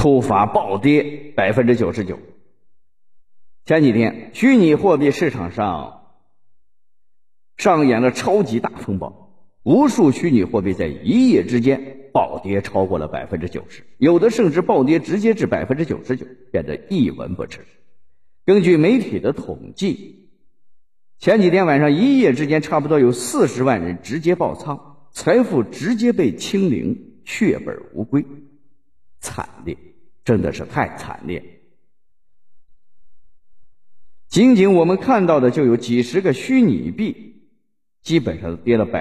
突发暴跌 99%。前几天虚拟货币市场上上演了超级大风暴，无数虚拟货币在一夜之间暴跌超过了 90%， 有的甚至暴跌直接至 99%， 变得一文不值。根据媒体的统计，前几天晚上一夜之间差不多有40万人直接爆仓，财富直接被清零，血本无归，惨烈，真的是太惨烈。仅仅我们看到的就有几十个虚拟币，基本上跌了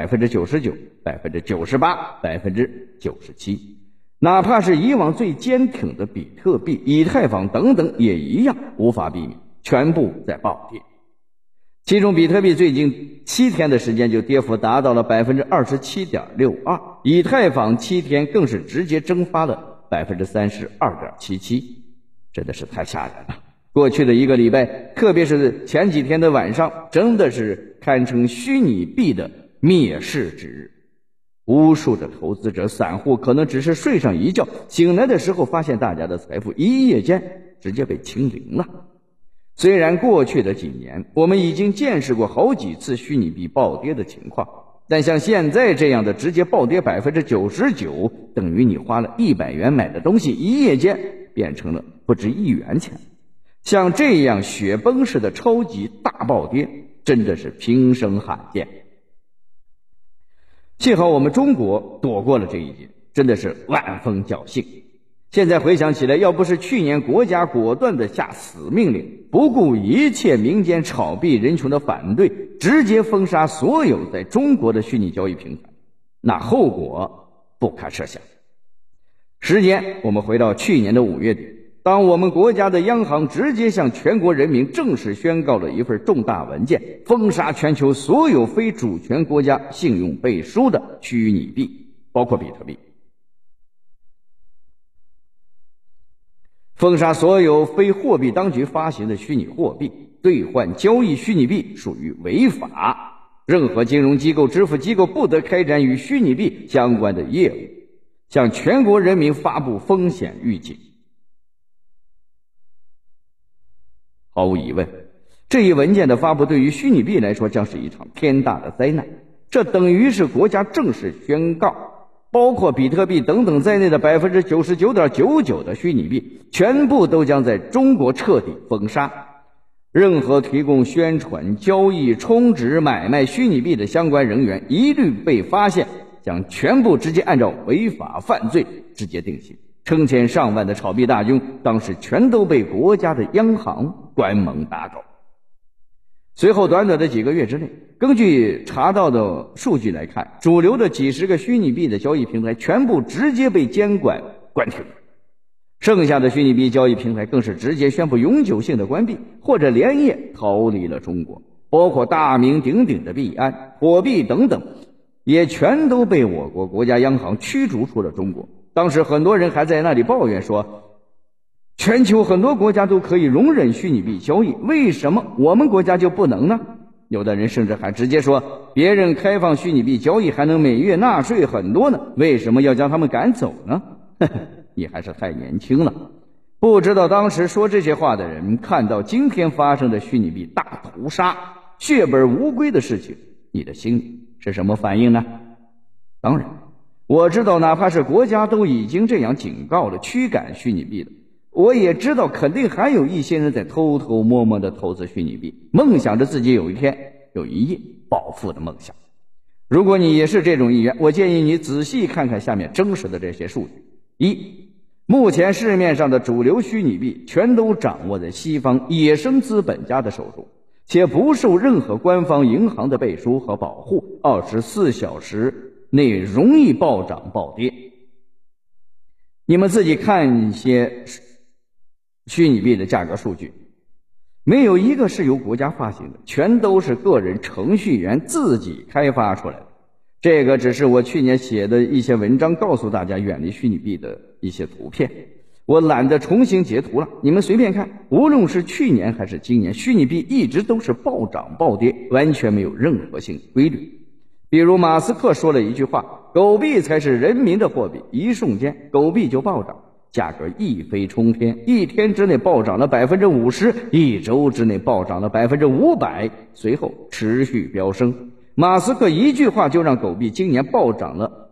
99%、98%、97%，哪怕是以往最坚挺的比特币、以太坊等等也一样无法避免，全部在暴跌。其中比特币最近7天的时间就跌幅达到了 27.62%， 以太坊7天更是直接蒸发了 32.77%， 真的是太吓人了。过去的一个礼拜，特别是前几天的晚上，真的是堪称虚拟币的灭世之日。无数的投资者、散户可能只是睡上一觉，醒来的时候发现大家的财富一夜间直接被清零了。虽然过去的几年我们已经见识过好几次虚拟币暴跌的情况，但像现在这样的直接暴跌 99%， 等于你花了100元买的东西一夜间变成了不值1元钱。像这样雪崩式的超级大暴跌真的是平生罕见。幸好我们中国躲过了这一劫，真的是万分侥幸。现在回想起来，要不是去年国家果断的下死命令，不顾一切民间炒币人群的反对，直接封杀所有在中国的虚拟交易平台，那后果不堪设想。时间我们回到去年的5月底，当我们国家的央行直接向全国人民正式宣告了一份重大文件，封杀全球所有非主权国家信用背书的虚拟币，包括比特币，封杀所有非货币当局发行的虚拟货币，兑换交易虚拟币属于违法，任何金融机构、支付机构不得开展与虚拟币相关的业务，向全国人民发布风险预警。毫无疑问，这一文件的发布对于虚拟币来说将是一场天大的灾难。这等于是国家正式宣告，包括比特币等等在内的 99.99% 的虚拟币全部都将在中国彻底封杀。任何提供宣传、交易、充值、买卖虚拟币的相关人员一律被发现，将全部直接按照违法犯罪直接定刑。成千上万的炒币大军当时全都被国家的央行关门打狗。随后短短的几个月之内，根据查到的数据来看，主流的几十个虚拟币的交易平台全部直接被监管关停，剩下的虚拟币交易平台更是直接宣布永久性的关闭，或者连夜逃离了中国，包括大名鼎鼎的币安、火币等等，也全都被我国国家央行驱逐出了中国。当时很多人还在那里抱怨说，全球很多国家都可以容忍虚拟币交易，为什么我们国家就不能呢？有的人甚至还直接说，别人开放虚拟币交易还能每月纳税很多呢，为什么要将他们赶走呢？你还是太年轻了。不知道当时说这些话的人看到今天发生的虚拟币大屠杀、血本无归的事情，你的心里是什么反应呢？当然我知道，哪怕是国家都已经这样警告了、驱赶虚拟币了，我也知道肯定还有一些人在偷偷摸摸的投资虚拟币，梦想着自己有一天有一夜暴富的梦想。如果你也是这种意愿，我建议你仔细看看下面真实的这些数据。一，目前市面上的主流虚拟币全都掌握在西方野生资本家的手中，且不受任何官方银行的背书和保护，24小时内容易暴涨暴跌。你们自己看一些虚拟币的价格数据，没有一个是由国家发行的，全都是个人程序员自己开发出来的。这个只是我去年写的一些文章告诉大家远离虚拟币的一些图片，我懒得重新截图了，你们随便看。无论是去年还是今年，虚拟币一直都是暴涨暴跌，完全没有任何性规律。比如马斯克说了一句话，狗币才是人民的货币，一瞬间狗币就暴涨。 价格一飞冲天，一天之内暴涨了 50%， 一周之内暴涨了 500%， 随后持续飙升。马斯克一句话就让狗币今年暴涨了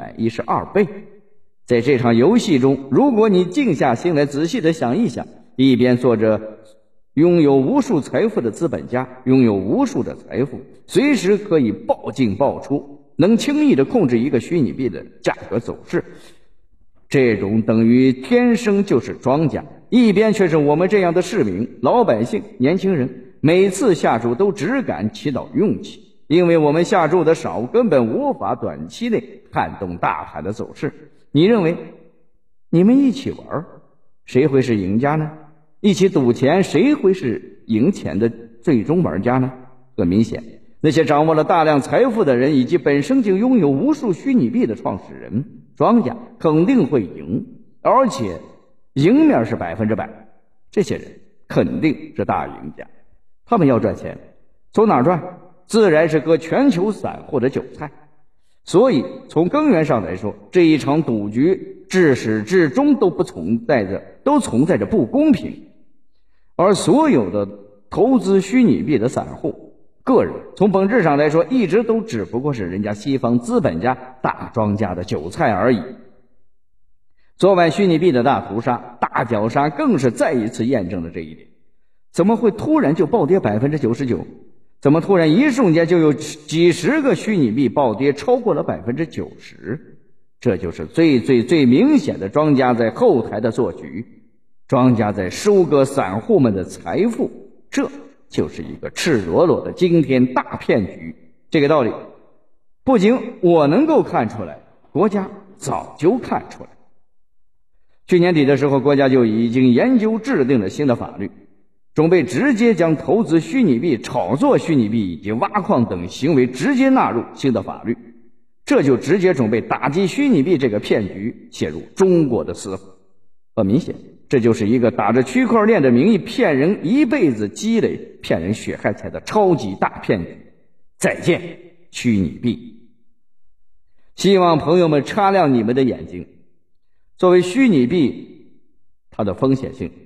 112倍。在这场游戏中，如果你静下心来仔细的想一想，一边做着拥有无数财富的资本家，拥有无数的财富，随时可以暴进暴出，能轻易的控制一个虚拟币的价格走势，这种等于天生就是庄家。一边却是我们这样的市民、老百姓、年轻人，每次下注都只敢祈祷运气，因为我们下注的少，根本无法短期内撼动大盘的走势。你认为你们一起玩，谁会是赢家呢？一起赌钱，谁会是赢钱的最终玩家呢？很明显，那些掌握了大量财富的人，以及本身就拥有无数虚拟币的创始人、庄家肯定会赢，而且赢面是100%，这些人肯定是大赢家。他们要赚钱，从哪赚？自然是割全球散户的韭菜。所以从根源上来说，这一场赌局至始至终都存在着不公平。而所有的投资虚拟币的散户个人，从本质上来说，一直都只不过是人家西方资本家大庄家的韭菜而已。昨晚虚拟币的大屠杀、大绞杀更是再一次验证了这一点。怎么会突然就暴跌 99%？ 怎么突然一瞬间就有几十个虚拟币暴跌超过了 90%？ 这就是最明显的庄家在后台的做局，庄家在收割散户们的财富，这就是一个赤裸裸的惊天大骗局。这个道理不仅我能够看出来，国家早就看出来。去年底的时候，国家就已经研究制定了新的法律，准备直接将投资虚拟币、炒作虚拟币以及挖矿等行为直接纳入新的法律，这就直接准备打击虚拟币这个骗局陷入中国的司法。很明显，这就是一个打着区块链的名义骗人一辈子积累、骗人血汗钱的超级大骗局。再见虚拟币！希望朋友们擦亮你们的眼睛，作为虚拟币，它的风险性